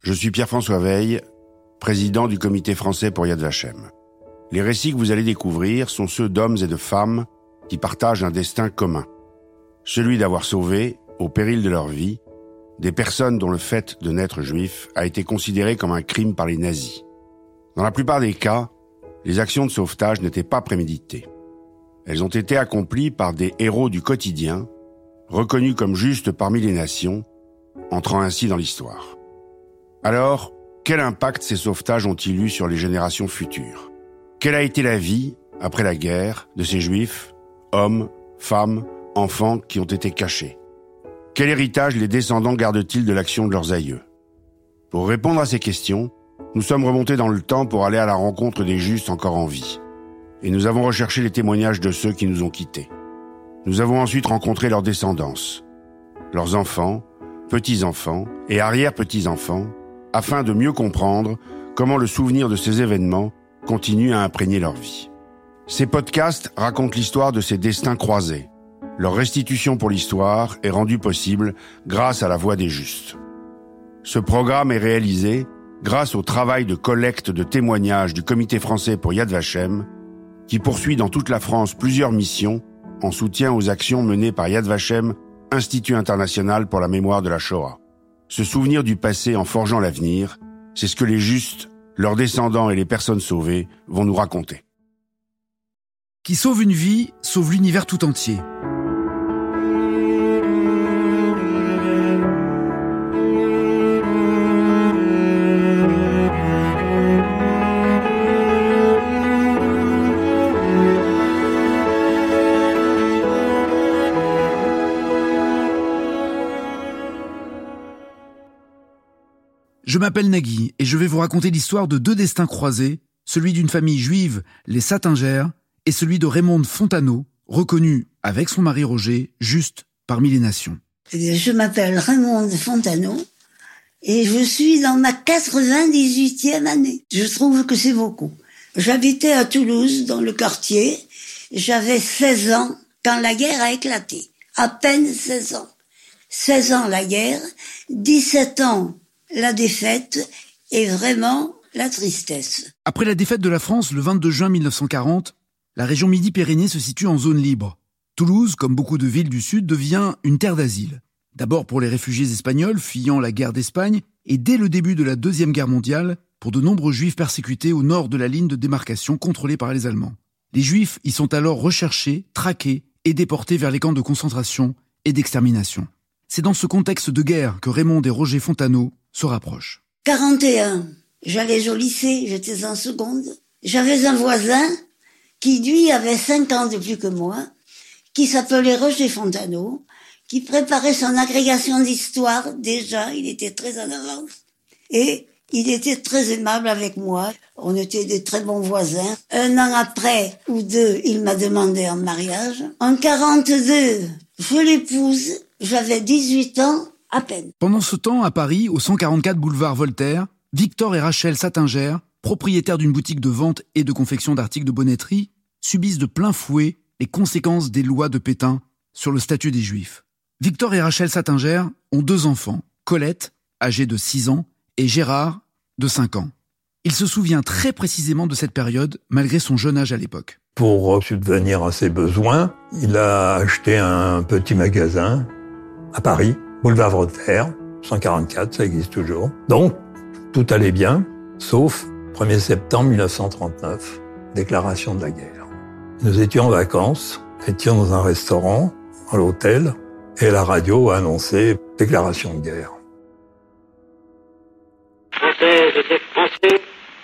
Je suis Pierre-François Veil, président du Comité français pour Yad Vashem. Les récits que vous allez découvrir sont ceux d'hommes et de femmes qui partagent un destin commun. Celui d'avoir sauvé, au péril de leur vie, des personnes dont le fait de naître juif a été considéré comme un crime par les nazis. Dans la plupart des cas, les actions de sauvetage n'étaient pas préméditées. Elles ont été accomplies par des héros du quotidien, reconnus comme justes parmi les nations, entrant ainsi dans l'histoire. Alors, quel impact ces sauvetages ont-ils eu sur les générations futures ? Quelle a été la vie, après la guerre, de ces juifs, hommes, femmes, enfants qui ont été cachés ? Quel héritage les descendants gardent-ils de l'action de leurs aïeux ? Pour répondre à ces questions, nous sommes remontés dans le temps pour aller à la rencontre des justes encore en vie. Et nous avons recherché les témoignages de ceux qui nous ont quittés. Nous avons ensuite rencontré leur descendance, leurs enfants, petits-enfants et arrière-petits-enfants, afin de mieux comprendre comment le souvenir de ces événements continue à imprégner leur vie. Ces podcasts racontent l'histoire de ces destins croisés. Leur restitution pour l'histoire est rendue possible grâce à la voix des justes. Ce programme est réalisé grâce au travail de collecte de témoignages du Comité français pour Yad Vashem, qui poursuit dans toute la France plusieurs missions en soutien aux actions menées par Yad Vashem, Institut international pour la mémoire de la Shoah. Se souvenir du passé en forgeant l'avenir, c'est ce que les justes, leurs descendants et les personnes sauvées vont nous raconter. Qui sauve une vie, sauve l'univers tout entier. Je m'appelle Nagui et je vais vous raconter l'histoire de deux destins croisés, celui d'une famille juive, les Sattinger, et celui de Raymonde Fontano, reconnue, avec son mari Roger, juste parmi les nations. Je m'appelle Raymonde Fontano et je suis dans ma 98e année. Je trouve que c'est beaucoup. J'habitais à Toulouse, dans le quartier. J'avais 16 ans quand la guerre a éclaté. À peine 16 ans. 16 ans la guerre, 17 ans la défaite et vraiment la tristesse. Après la défaite de la France le 22 juin 1940, la région Midi-Pyrénées se situe en zone libre. Toulouse, comme beaucoup de villes du Sud, devient une terre d'asile. D'abord pour les réfugiés espagnols fuyant la guerre d'Espagne et dès le début de la Deuxième Guerre mondiale, pour de nombreux juifs persécutés au nord de la ligne de démarcation contrôlée par les Allemands. Les juifs y sont alors recherchés, traqués et déportés vers les camps de concentration et d'extermination. C'est dans ce contexte de guerre que Raymonde et Roger Fontano se rapprochent. 41, j'allais au lycée, j'étais en seconde. J'avais un voisin qui, lui, avait 5 ans de plus que moi, qui s'appelait Roger Fontano, qui préparait son agrégation d'histoire. Déjà, il était très en avance. Et il était très aimable avec moi. On était des très bons voisins. 1 an après, ou 2, il m'a demandé en mariage. En 42, je l'épouse. J'avais 18 ans à peine. Pendant ce temps, à Paris, au 144 boulevard Voltaire, Victor et Rachel Sattinger, propriétaires d'une boutique de vente et de confection d'articles de bonneterie, subissent de plein fouet les conséquences des lois de Pétain sur le statut des Juifs. Victor et Rachel Sattinger ont 2 enfants, Colette, âgée de 6 ans, et Gérard, de 5 ans. Il se souvient très précisément de cette période, malgré son jeune âge à l'époque. Pour subvenir à ses besoins, il a acheté un petit magasin à Paris, boulevard Voltaire, 144, ça existe toujours. Donc, tout allait bien, sauf 1er septembre 1939, déclaration de la guerre. Nous étions en vacances, étions dans un restaurant, à l'hôtel, et la radio a annoncé déclaration de guerre. Françaises et Français,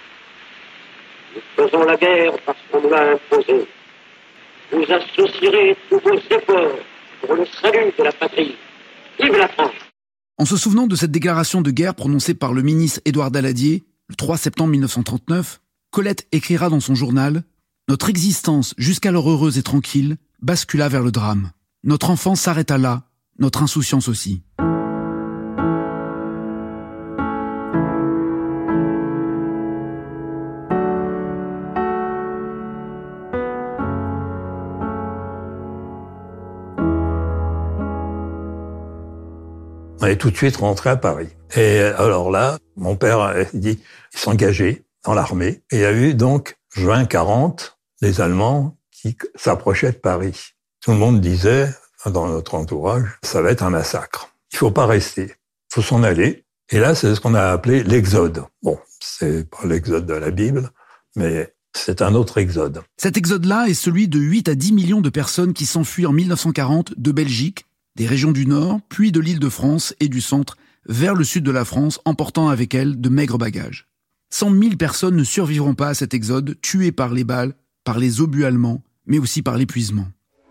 nous faisons la guerre parce qu'on nous l'a imposée. Vous associerez tous vos efforts pour le salut de la patrie. Vive la France! En se souvenant de cette déclaration de guerre prononcée par le ministre Édouard Daladier, le 3 septembre 1939, Colette écrira dans son journal « Notre existence, jusqu'alors heureuse et tranquille, bascula vers le drame. Notre enfance s'arrêta là, notre insouciance aussi. » On est tout de suite rentré à Paris. Et alors là, Mon père il s'engageait dans l'armée. Et il y a eu donc, juin 40, les Allemands qui s'approchaient de Paris. Tout le monde disait, dans notre entourage, ça va être un massacre. Il faut pas rester. Il faut s'en aller. Et là, c'est ce qu'on a appelé l'exode. Bon, c'est pas l'exode de la Bible, mais c'est un autre exode. Cet exode-là est celui de 8 à 10 millions de personnes qui s'enfuient en 1940 de Belgique, des régions du Nord, puis de l'Île-de-France et du Centre, vers le sud de la France, emportant avec elles de maigres bagages. 100 000 personnes ne survivront pas à cet exode, tuées par les balles, par les obus allemands, mais aussi par l'épuisement.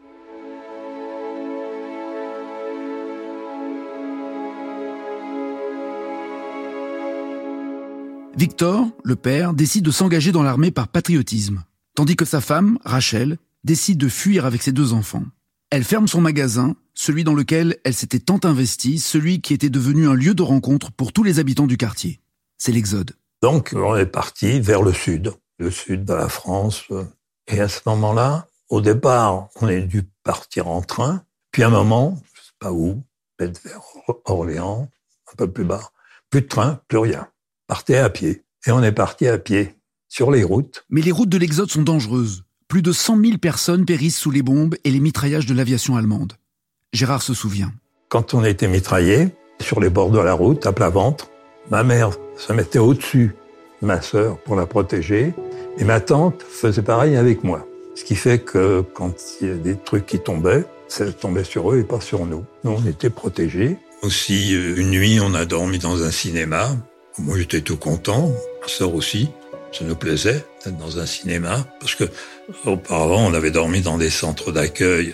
Victor, le père, décide de s'engager dans l'armée par patriotisme, tandis que sa femme, Rachel, décide de fuir avec ses 2 enfants. Elle ferme son magasin, celui dans lequel elle s'était tant investie, celui qui était devenu un lieu de rencontre pour tous les habitants du quartier. C'est l'exode. Donc, on est parti vers le sud de la France. Et à ce moment-là, au départ, on est dû partir en train. Puis à un moment, je sais pas où, peut-être vers Orléans, un peu plus bas, plus de train, plus rien. Partez à pied. Et on est parti à pied sur les routes. Mais les routes de l'exode sont dangereuses. Plus de 100 000 personnes périssent sous les bombes et les mitraillages de l'aviation allemande. Gérard se souvient. Quand on était mitraillés, sur les bords de la route, à plat ventre, ma mère se mettait au-dessus de ma sœur pour la protéger, et ma tante faisait pareil avec moi. Ce qui fait que quand il y a des trucs qui tombaient, ça tombait sur eux et pas sur nous. Nous, on était protégés. Aussi, une nuit, on a dormi dans un cinéma. Moi, j'étais tout content. Ma sœur aussi. Ça nous plaisait d'être dans un cinéma. Parce que, auparavant, on avait dormi dans des centres d'accueil.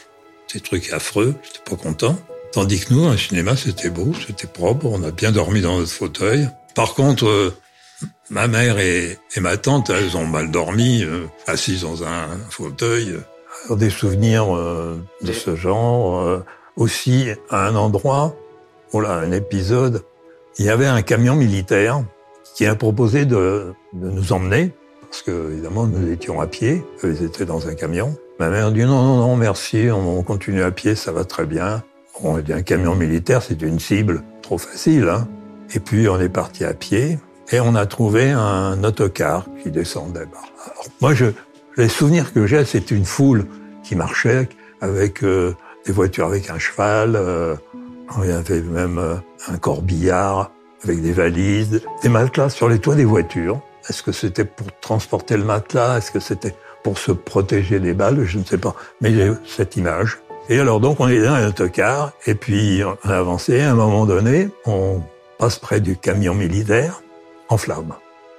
Des trucs affreux. J'étais pas content. Tandis que nous, un cinéma, c'était beau, c'était propre. On a bien dormi dans notre fauteuil. Par contre, ma mère et ma tante, elles ont mal dormi, assises dans un fauteuil. Alors, des souvenirs de ce genre. Aussi, à un endroit, un épisode, il y avait un camion militaire qui a proposé de nous emmener, parce que, évidemment, nous étions à pied, eux, ils étaient dans un camion. Ma mère dit non, merci, on continue à pied, ça va très bien. Bon, un camion militaire, c'est une cible trop facile, hein. Et puis, on est parti à pied, et on a trouvé un autocar qui descendait. Alors, moi, les souvenirs que j'ai, c'est une foule qui marchait avec des voitures avec un cheval, il y avait même un corbillard avec des valises, des matelas sur les toits des voitures. Est-ce que c'était pour transporter le matelas? Est-ce que c'était pour se protéger des balles? Je ne sais pas. Mais j'ai cette image. Et alors donc, on est dans un autocar, et puis on a avancé. À un moment donné, on passe près du camion militaire en flammes.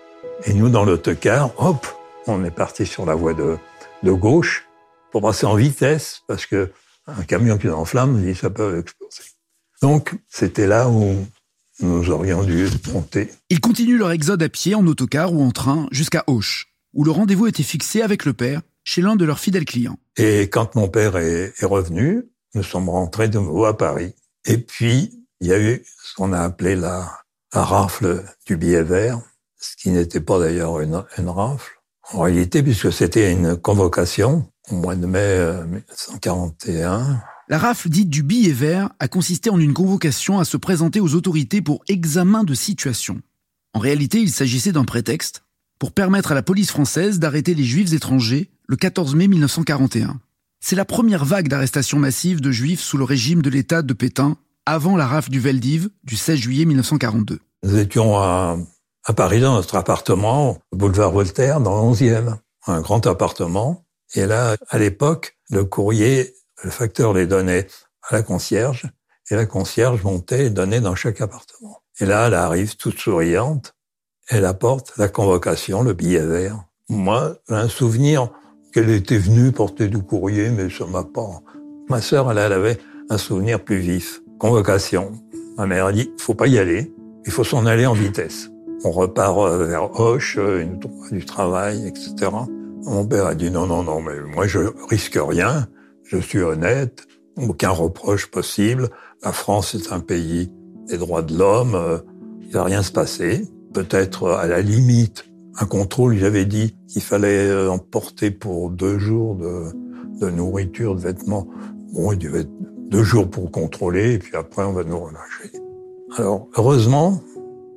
Et nous, dans l'autocar, hop, on est parti sur la voie de gauche pour passer en vitesse, parce que un camion qui est en flammes, dit ça peut exploser. Donc, c'était là où nous aurions dû monter. Ils continuent leur exode à pied, en autocar ou en train, jusqu'à Auch, où le rendez-vous était fixé avec le père, chez l'un de leurs fidèles clients. Et quand mon père est revenu, nous sommes rentrés de nouveau à Paris. Et puis, il y a eu ce qu'on a appelé la rafle du billet vert, ce qui n'était pas d'ailleurs une rafle. En réalité, puisque c'était une convocation, au mois de mai 1941. La rafle dite du billet vert a consisté en une convocation à se présenter aux autorités pour examen de situation. En réalité, il s'agissait d'un prétexte pour permettre à la police française d'arrêter les juifs étrangers le 14 mai 1941. C'est la première vague d'arrestations massives de juifs sous le régime de l'État de Pétain, avant la rafle du Veldiv du 16 juillet 1942. Nous étions à Paris dans notre appartement, boulevard Voltaire, dans le 11e. Un grand appartement. Et là, à l'époque, le courrier, le facteur les donnait à la concierge, et la concierge montait et donnait dans chaque appartement. Et là, elle arrive toute souriante, elle apporte la convocation, le billet vert. Moi, j'ai un souvenir qu'elle était venue porter du courrier, mais ça m'a pas... Ma sœur, elle avait un souvenir plus vif. Convocation. Ma mère a dit, faut pas y aller, il faut s'en aller en vitesse. On repart vers Auch, une droite du travail, etc. Mon père a dit, non, mais moi, je risque rien. Je suis honnête, aucun reproche possible. La France est un pays des droits de l'homme, il va rien se passer. Peut-être, à la limite, un contrôle, j'avais dit qu'il fallait emporter pour 2 jours de nourriture, de vêtements. Bon, il devait être 2 jours pour contrôler, et puis après, on va nous relâcher. Alors, heureusement,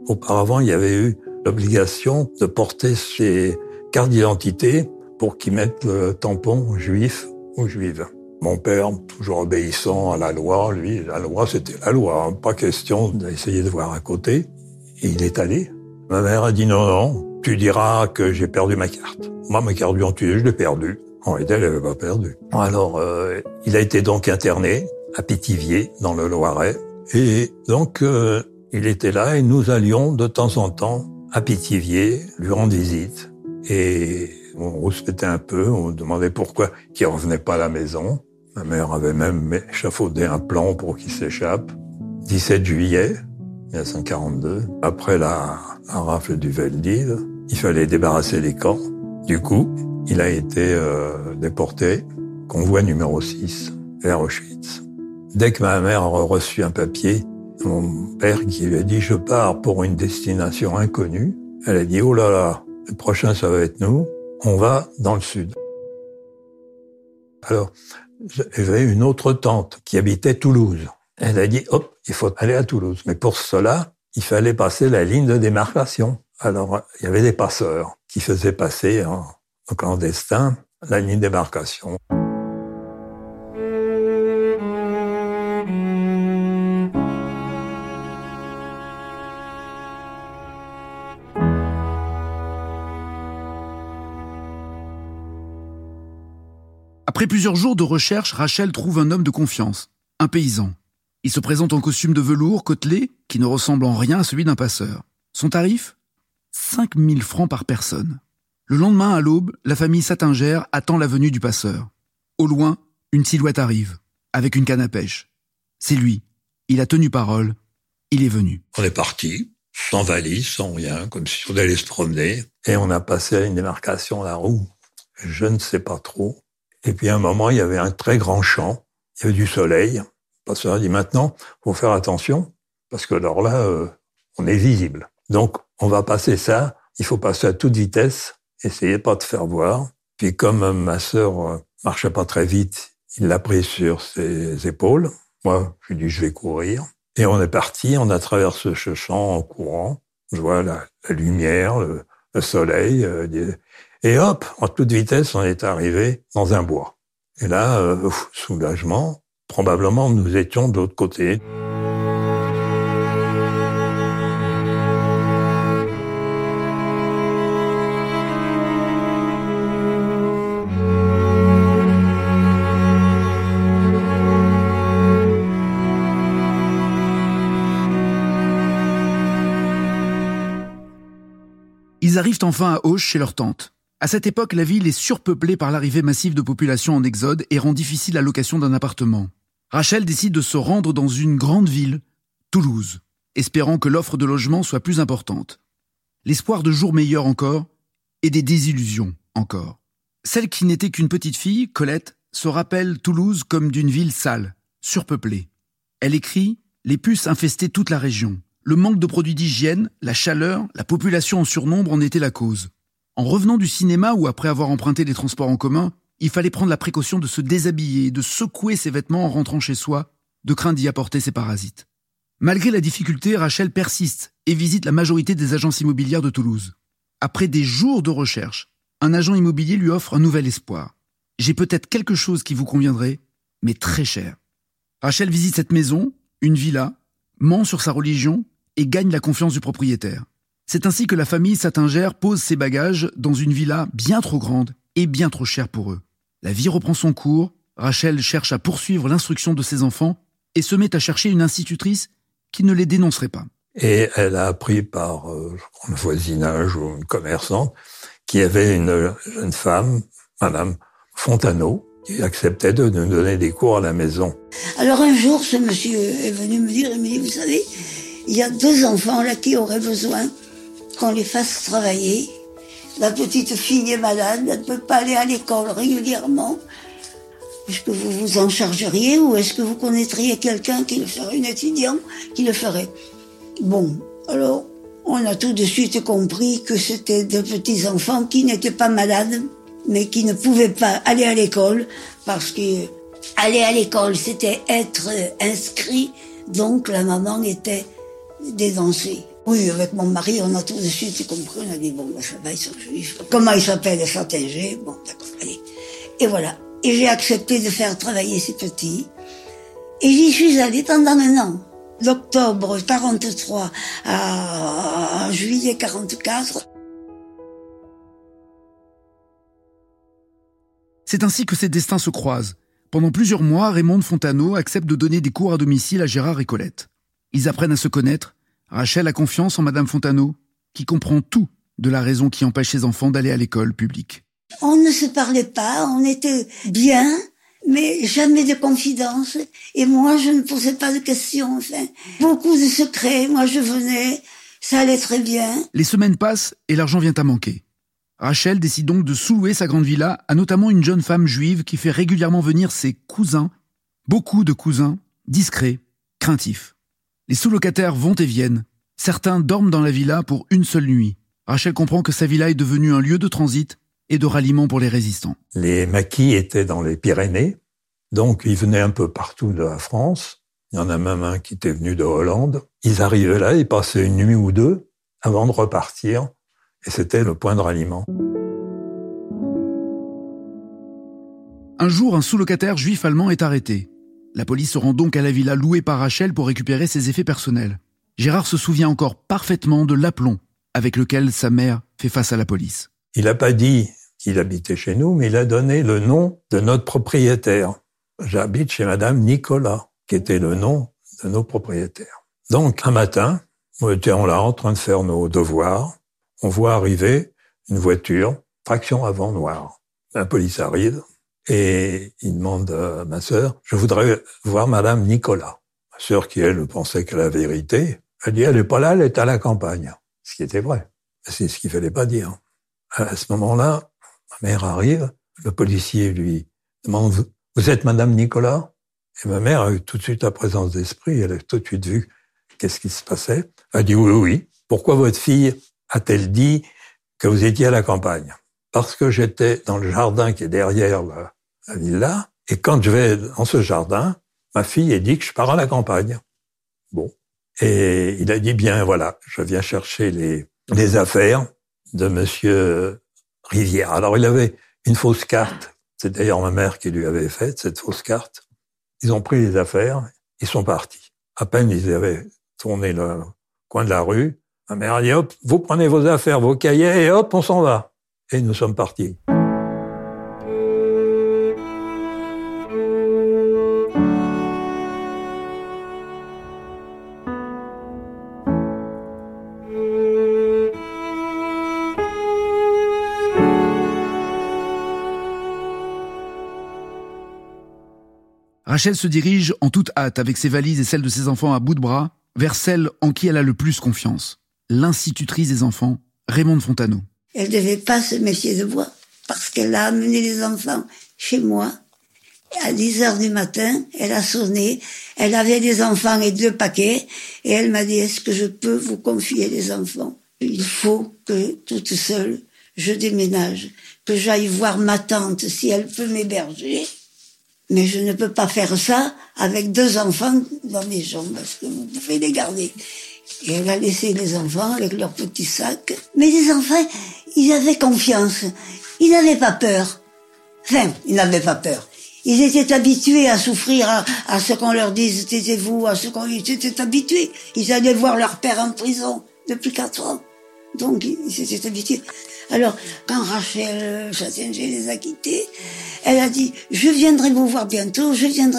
Auparavant, il y avait eu l'obligation de porter ses cartes d'identité pour qu'ils mettent le tampon juif ou juive. Mon père, toujours obéissant à la loi, lui, la loi, c'était la loi. Hein. Pas question d'essayer de voir à côté. Et il est allé. Ma mère a dit non, tu diras que j'ai perdu ma carte. Moi, ma carte d'identité, je l'ai perdue. En réalité, elle n'avait pas perdu. Alors, il a été donc interné à Pithiviers, dans le Loiret. Et donc, il était là et nous allions de temps en temps à Pithiviers lui rendre visite. Et on rouspétait un peu, on demandait pourquoi il revenait pas à la maison. Ma mère avait même échafaudé un plan pour qu'il s'échappe. 17 juillet 1942, après la rafle du Veldiv, il fallait débarrasser les camps. Du coup, il a été déporté, convoi numéro 6, vers Auschwitz. Dès que ma mère a reçu un papier, mon père qui lui a dit « Je pars pour une destination inconnue », elle a dit « Oh là là, le prochain ça va être nous, on va dans le sud ». Alors, j'avais une autre tante qui habitait Toulouse. Elle a dit « Hop, il faut aller à Toulouse ». Mais pour cela, il fallait passer la ligne de démarcation. Alors, il y avait des passeurs qui faisaient passer en clandestin la ligne de démarcation. Après plusieurs jours de recherche, Rachel trouve un homme de confiance, un paysan. Il se présente en costume de velours côtelé, qui ne ressemble en rien à celui d'un passeur. Son tarif ? 5 000 francs par personne. Le lendemain, à l'aube, la famille Sattinger attend la venue du passeur. Au loin, une silhouette arrive, avec une canne à pêche. C'est lui. Il a tenu parole. Il est venu. On est parti, sans valise, sans rien, comme si on allait se promener. Et on a passé à une démarcation, la roue. Je ne sais pas trop. Et puis à un moment, il y avait un très grand champ. Il y avait du soleil. Le passeur a dit maintenant, faut faire attention, parce que alors là, on est visible. Donc, on va passer ça. Il faut passer à toute vitesse. Essayez pas de faire voir. Puis comme ma sœur marchait pas très vite, il l'a pris sur ses épaules. Moi, je lui ai dit, je vais courir. Et on est parti. On a traversé ce champ en courant. Je vois la lumière, le soleil. Et hop, en toute vitesse, on est arrivé dans un bois. Et là, soulagement, probablement nous étions de l'autre côté. Ils arrivent enfin à Auch chez leur tante. À cette époque, la ville est surpeuplée par l'arrivée massive de population en exode et rend difficile la location d'un appartement. Rachel décide de se rendre dans une grande ville, Toulouse, espérant que l'offre de logement soit plus importante. L'espoir de jours meilleurs encore, et des désillusions encore. Celle qui n'était qu'une petite fille, Colette, se rappelle Toulouse comme d'une ville sale, surpeuplée. Elle écrit « Les puces infestaient toute la région. Le manque de produits d'hygiène, la chaleur, la population en surnombre en étaient la cause. En revenant du cinéma ou après avoir emprunté les transports en commun, il fallait prendre la précaution de se déshabiller, de secouer ses vêtements en rentrant chez soi, de crainte d'y apporter ses parasites. Malgré la difficulté, Rachel persiste et visite la majorité des agences immobilières de Toulouse. Après des jours de recherche, un agent immobilier lui offre un nouvel espoir. « J'ai peut-être quelque chose qui vous conviendrait, mais très cher. » Rachel visite cette maison, une villa, ment sur sa religion et gagne la confiance du propriétaire. C'est ainsi que la famille Sattinger pose ses bagages dans une villa bien trop grande et bien trop chère pour eux. La vie reprend son cours, Rachel cherche à poursuivre l'instruction de ses enfants et se met à chercher une institutrice qui ne les dénoncerait pas. Et elle a appris par le voisinage ou une commerçante qu'il y avait une jeune femme, Madame Fontaneau, qui acceptait de nous donner des cours à la maison. Alors un jour, ce monsieur est venu me dire, il me dit, vous savez, il y a 2 enfants là qui auraient besoin qu'on les fasse travailler. La petite fille est malade, elle ne peut pas aller à l'école régulièrement. Est-ce que vous vous en chargeriez ou est-ce que vous connaîtriez quelqu'un qui le ferait, une étudiante qui le ferait? Bon, alors, on a tout de suite compris que c'était 2 petits enfants qui n'étaient pas malades, mais qui ne pouvaient pas aller à l'école, parce que aller à l'école, c'était être inscrit, donc la maman était dénoncée. Oui, avec mon mari, on a tout de suite compris, on a dit, bon, ben, ça va, ils sont juifs. Comment ils s'appellent, Châtaingé? Bon, d'accord, allez. Et voilà. Et j'ai accepté de faire travailler ces petits. Et j'y suis allée pendant un an. D'octobre 43 à juillet 44. C'est ainsi que ces destins se croisent. Pendant plusieurs mois, Raymonde Fontano accepte de donner des cours à domicile à Gérard et Colette. Ils apprennent à se connaître. Rachel a confiance en Madame Fontano, qui comprend tout de la raison qui empêche ses enfants d'aller à l'école publique. On ne se parlait pas, on était bien, mais jamais de confidence. Et moi, je ne posais pas de questions. Enfin, beaucoup de secrets. Moi, je venais, ça allait très bien. Les semaines passent et l'argent vient à manquer. Rachel décide donc de sous-louer sa grande villa à notamment une jeune femme juive qui fait régulièrement venir ses cousins, beaucoup de cousins, discrets, craintifs. Les sous-locataires vont et viennent. Certains dorment dans la villa pour une seule nuit. Rachel comprend que sa villa est devenue un lieu de transit et de ralliement pour les résistants. Les maquis étaient dans les Pyrénées, donc ils venaient un peu partout de la France. Il y en a même un qui était venu de Hollande. Ils arrivaient là, ils passaient une nuit ou deux avant de repartir, et c'était le point de ralliement. Un jour, un sous-locataire juif allemand est arrêté. La police se rend donc à la villa louée par Rachel pour récupérer ses effets personnels. Gérard se souvient encore parfaitement de l'aplomb avec lequel sa mère fait face à la police. Il n'a pas dit qu'il habitait chez nous, mais il a donné le nom de notre propriétaire. J'habite chez Madame Nicolas, qui était le nom de nos propriétaires. Donc, un matin, nous étions là en train de faire nos devoirs. On voit arriver une voiture, traction avant noire. La police arrive et il demande à ma sœur, « Je voudrais voir Madame Nicolas ». Ma sœur, qui elle pensait que la vérité, elle dit, « Elle n'est pas là, elle est à la campagne ». Ce qui était vrai. C'est ce qu'il fallait pas dire. À ce moment-là, ma mère arrive, le policier lui demande « Vous êtes Madame Nicolas ?» Et ma mère a eu tout de suite la présence d'esprit, elle a tout de suite vu qu'est-ce qui se passait. Elle a dit « Oui, oui. Pourquoi votre fille a-t-elle dit que vous étiez à la campagne ?» Parce que j'étais dans le jardin qui est derrière la villa, et quand je vais dans ce jardin, ma fille a dit que je pars à la campagne. Bon. Et il a dit, bien, voilà, je viens chercher les affaires de monsieur Rivière. Alors, il avait une fausse carte. C'est d'ailleurs ma mère qui lui avait faite, cette fausse carte. Ils ont pris les affaires, ils sont partis. À peine ils avaient tourné le coin de la rue, ma mère a dit, hop, vous prenez vos affaires, vos cahiers, et hop, on s'en va. Et nous sommes partis. Rachel se dirige en toute hâte avec ses valises et celles de ses enfants à bout de bras vers celle en qui elle a le plus confiance, l'institutrice des enfants, Raymonde Fontano. Elle ne devait pas se méfier de moi parce qu'elle a amené les enfants chez moi. À 10h du matin, elle a sonné, elle avait des enfants et 2 paquets et elle m'a dit « Est-ce que je peux vous confier les enfants ? Il faut que toute seule, je déménage, que j'aille voir ma tante si elle peut m'héberger. » Mais je ne peux pas faire ça avec 2 enfants dans mes jambes, parce que vous pouvez les garder. Et elle a laissé les enfants avec leurs petits sacs. Mais les enfants, ils avaient confiance. Ils n'avaient pas peur. Enfin, ils n'avaient pas peur. Ils étaient habitués à souffrir à ce qu'on leur dise, taisez-vous, à ce qu'on... Ils étaient habitués. Ils allaient voir leur père en prison depuis 4 ans. Donc, ils étaient habitués. Alors, quand Rachel Châtaingé les a quittés, elle a dit, je viendrai vous voir bientôt,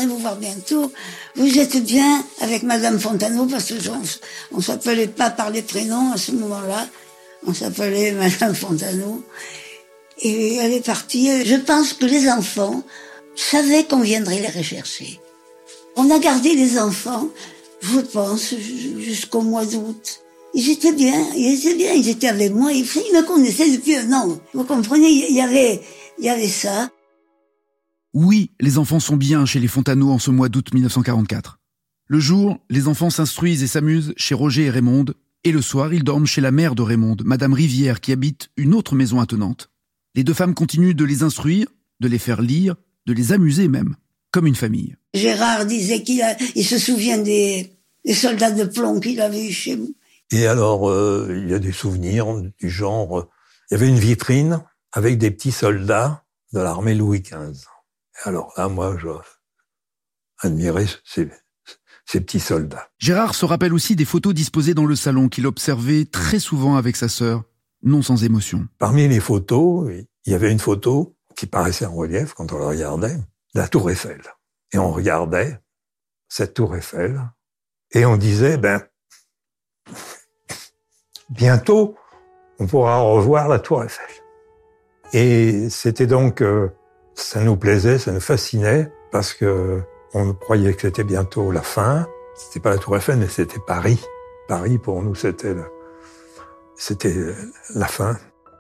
Vous êtes bien avec Madame Fontano, parce que on s'appelait pas par les prénoms à ce moment-là. On s'appelait Madame Fontano. Et elle est partie. Je pense que les enfants savaient qu'on viendrait les rechercher. On a gardé les enfants, je pense, jusqu'au mois d'août. Ils étaient bien, ils étaient avec moi, ils me connaissaient depuis un an. Vous comprenez, il y avait ça. Oui, les enfants sont bien chez les Fontano en ce mois d'août 1944. Le jour, les enfants s'instruisent et s'amusent chez Roger et Raymonde, et le soir, ils dorment chez la mère de Raymonde, Madame Rivière, qui habite une autre maison attenante. Les 2 femmes continuent de les instruire, de les faire lire, de les amuser même, comme une famille. Gérard disait il se souvient des soldats de plomb qu'il avait eu chez nous. Et alors, il y a des souvenirs du genre, il y avait une vitrine avec des petits soldats de l'armée Louis XV. Et alors là, moi, je admirais ces petits soldats. Gérard se rappelle aussi des photos disposées dans le salon qu'il observait très souvent avec sa sœur, non sans émotion. Parmi les photos, il y avait une photo qui paraissait en relief quand on la regardait, la tour Eiffel. Et on regardait cette tour Eiffel et on disait, bientôt, on pourra revoir la tour Eiffel. Et c'était donc, ça nous plaisait, ça nous fascinait, parce que on croyait que c'était bientôt la fin. C'était pas la tour Eiffel, mais c'était Paris. Paris, pour nous, c'était la fin.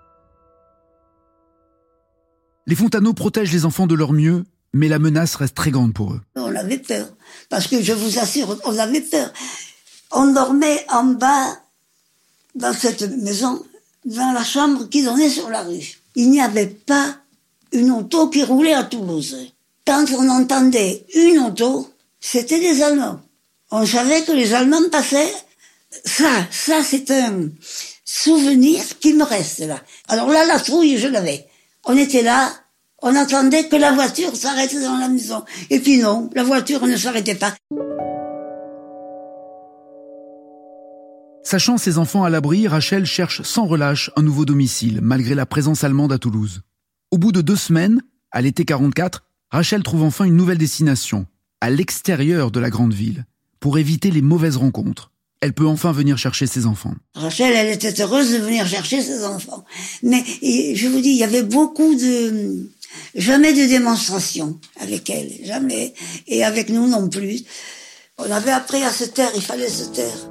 Les Fontaneau protègent les enfants de leur mieux, mais la menace reste très grande pour eux. On avait peur, parce que je vous assure, on avait peur. On dormait en bas, dans cette maison, dans la chambre qui donnait sur la rue. Il n'y avait pas une auto qui roulait à Toulouse. Quand on entendait une auto, c'était des Allemands. On savait que les Allemands passaient. Ça c'est un souvenir qui me reste là. Alors là, la trouille, je l'avais. On était là, on attendait que la voiture s'arrête dans la maison. Et puis non, la voiture ne s'arrêtait pas. Sachant ses enfants à l'abri, Rachel cherche sans relâche un nouveau domicile, malgré la présence allemande à Toulouse. Au bout de 2 semaines, à l'été 44, Rachel trouve enfin une nouvelle destination, à l'extérieur de la grande ville, pour éviter les mauvaises rencontres. Elle peut enfin venir chercher ses enfants. Rachel, elle était heureuse de venir chercher ses enfants. Mais je vous dis, il y avait jamais de démonstration avec elle, jamais. Et avec nous non plus. On avait appris à se taire, il fallait se taire.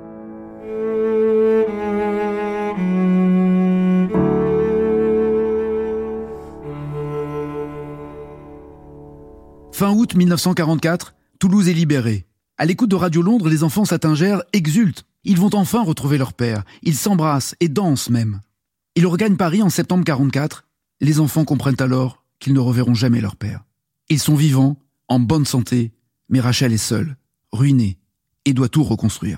Fin août 1944, Toulouse est libérée. À l'écoute de Radio Londres, les enfants satingères exultent. Ils vont enfin retrouver leur père. Ils s'embrassent et dansent même. Ils regagnent Paris en septembre 44. Les enfants comprennent alors qu'ils ne reverront jamais leur père. Ils sont vivants, en bonne santé, mais Rachel est seule, ruinée, et doit tout reconstruire.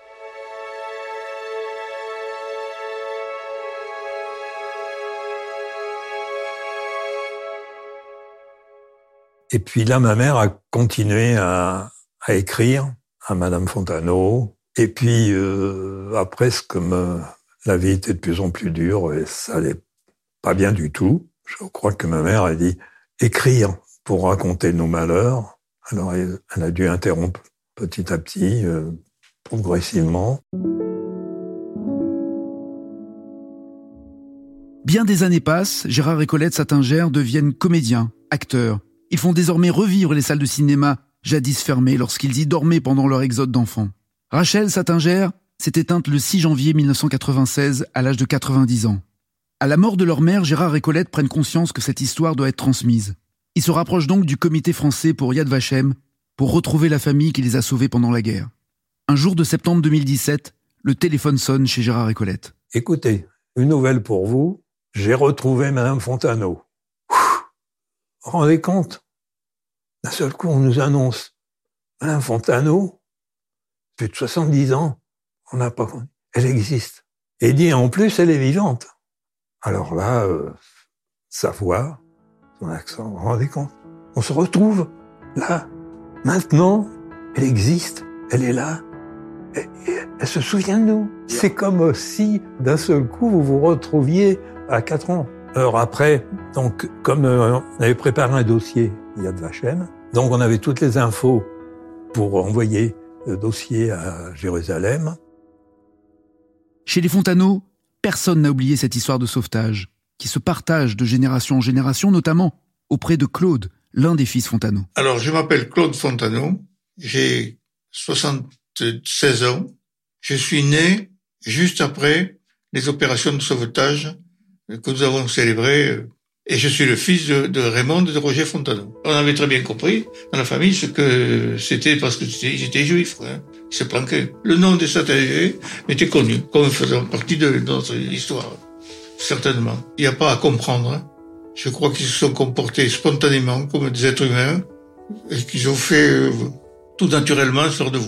Et puis là, ma mère a continué à écrire à Madame Fontaneau. Et puis, après, comme la vie était de plus en plus dure, et ça allait pas bien du tout, je crois que ma mère a dit « écrire pour raconter nos malheurs ». Alors, elle a dû interrompre petit à petit, progressivement. Bien des années passent, Gérard et Colette Satingère deviennent comédiens, acteurs. Ils font désormais revivre les salles de cinéma, jadis fermées lorsqu'ils y dormaient pendant leur exode d'enfants. Rachel Satingère s'est éteinte le 6 janvier 1996 à l'âge de 90 ans. À la mort de leur mère, Gérard et Colette prennent conscience que cette histoire doit être transmise. Ils se rapprochent donc du comité français pour Yad Vashem pour retrouver la famille qui les a sauvés pendant la guerre. Un jour de septembre 2017, le téléphone sonne chez Gérard et Colette. « Écoutez, une nouvelle pour vous, j'ai retrouvé Madame Fontaneau. » Vous vous rendez compte? D'un seul coup, on nous annonce Madame Fontaneau, plus de 70 ans, on n'a pas connu. Elle existe. Et dit, en plus, elle est vivante. Alors là, sa voix, son accent, vous vous rendez compte? On se retrouve là, maintenant, elle existe, elle est là, et elle se souvient de nous. C'est comme si, d'un seul coup, vous vous retrouviez à 4 ans. Alors après, donc, comme on avait préparé un dossier Yad Vashem, donc on avait toutes les infos pour envoyer le dossier à Jérusalem. Chez les Fontaneau, personne n'a oublié cette histoire de sauvetage, qui se partage de génération en génération, notamment auprès de Claude, l'un des fils Fontaneau. Alors, je m'appelle Claude Fontaneau, j'ai 76 ans, je suis né juste après les opérations de sauvetage que nous avons célébrées, et je suis le fils de Raymond et de Roger Fontaneau. On avait très bien compris dans la famille ce que c'était parce que ils étaient juifs, hein. Ils se planquaient. Le nom des Satingers était connu comme faisant partie de notre histoire, certainement. Il n'y a pas à comprendre, hein. Je crois qu'ils se sont comportés spontanément comme des êtres humains et qu'ils ont fait tout naturellement leur devoir.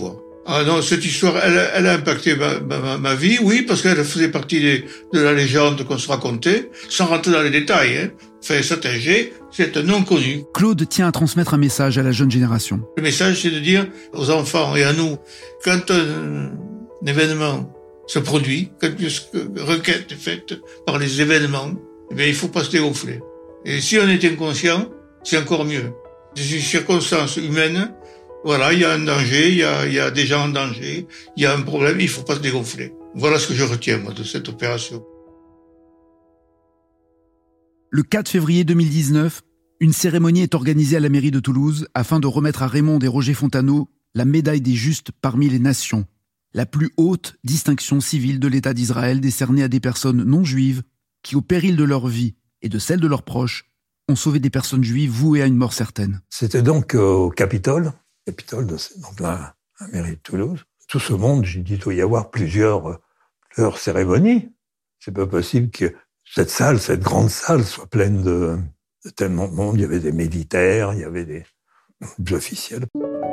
Ah non, cette histoire, elle a impacté ma vie, oui, parce qu'elle faisait partie de la légende qu'on se racontait, sans rentrer dans les détails. Hein. Enfin, c'est un non-connu. Claude tient à transmettre un message à la jeune génération. Le message, c'est de dire aux enfants et à nous, quand un événement se produit, quand une requête est faite par les événements, eh bien, il faut pas se dégonfler. Et si on est inconscient, c'est encore mieux. C'est une circonstance humaine. Voilà, il y a un danger, il y a des gens en danger, il y a un problème, il faut pas se dégonfler. Voilà ce que je retiens, moi, de cette opération. Le 4 février 2019, une cérémonie est organisée à la mairie de Toulouse afin de remettre à Raymond et Roger Fontaneau la médaille des justes parmi les nations, la plus haute distinction civile de l'État d'Israël décernée à des personnes non juives qui, au péril de leur vie et de celle de leurs proches, ont sauvé des personnes juives vouées à une mort certaine. C'était donc au Capitole donc la mairie de Toulouse. Tout ce monde, j'ai dit, il doit y avoir plusieurs cérémonies. C'est pas possible que cette grande salle soit pleine de tellement de monde. Il y avait des militaires, il y avait des officiels.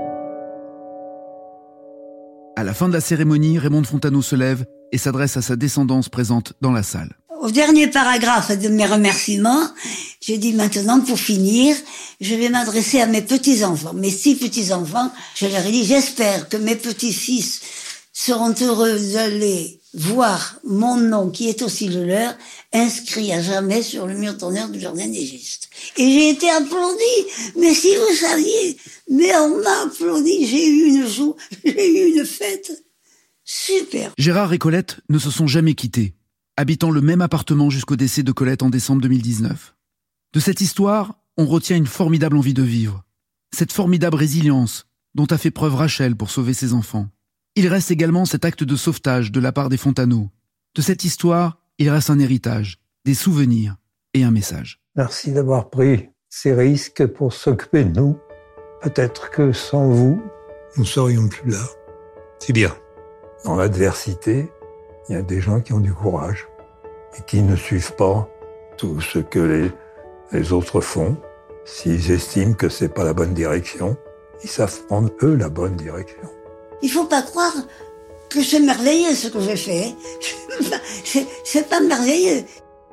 À la fin de la cérémonie, Raymond Fontaneau se lève et s'adresse à sa descendance présente dans la salle. Au dernier paragraphe de mes remerciements, j'ai dit maintenant, pour finir, je vais m'adresser à mes petits-enfants, mes 6 petits-enfants. Je leur ai dit, j'espère que mes petits-fils seront heureux d'aller voir mon nom, qui est aussi le leur, inscrit à jamais sur le mur d'honneur du Jardin des Justes. Et j'ai été applaudi. Mais si vous saviez, mais on m'a applaudi. J'ai eu une fête super. Gérard et Colette ne se sont jamais quittés, habitant le même appartement jusqu'au décès de Colette en décembre 2019. De cette histoire, on retient une formidable envie de vivre. Cette formidable résilience dont a fait preuve Rachel pour sauver ses enfants. Il reste également cet acte de sauvetage de la part des Fontaneau. De cette histoire, il reste un héritage, des souvenirs et un message. Merci d'avoir pris ces risques pour s'occuper de nous. Peut-être que sans vous, nous ne serions plus là. C'est bien. Dans l'adversité, il y a des gens qui ont du courage et qui ne suivent pas tout ce que les autres font. S'ils estiment que c'est pas la bonne direction, ils savent prendre, eux, la bonne direction. Il faut pas croire que c'est merveilleux ce que j'ai fait. C'est pas merveilleux.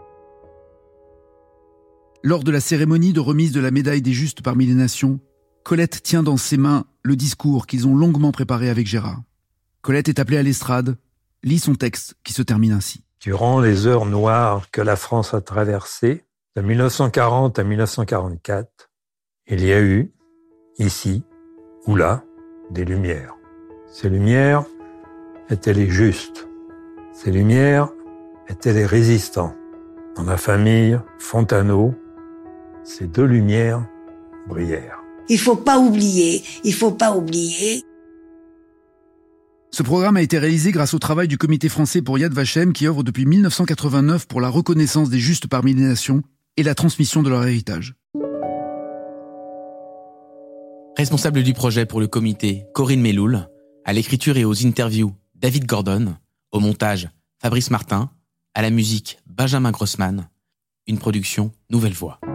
Lors de la cérémonie de remise de la médaille des justes parmi les nations, Colette tient dans ses mains le discours qu'ils ont longuement préparé avec Gérard. Colette est appelée à l'estrade, lit son texte qui se termine ainsi. Durant les heures noires que la France a traversées, de 1940 à 1944, il y a eu, ici ou là, des lumières. Ces lumières étaient les justes. Ces lumières étaient les résistants. Dans la famille Fontaneau, ces 2 lumières brillèrent. Il faut pas oublier. Ce programme a été réalisé grâce au travail du Comité français pour Yad Vashem qui œuvre depuis 1989 pour la reconnaissance des justes parmi les nations et la transmission de leur héritage. Responsable du projet pour le comité, Corinne Meloul. À l'écriture et aux interviews, David Gordon. Au montage, Fabrice Martin. À la musique, Benjamin Grossman. Une production Nouvelle Voix.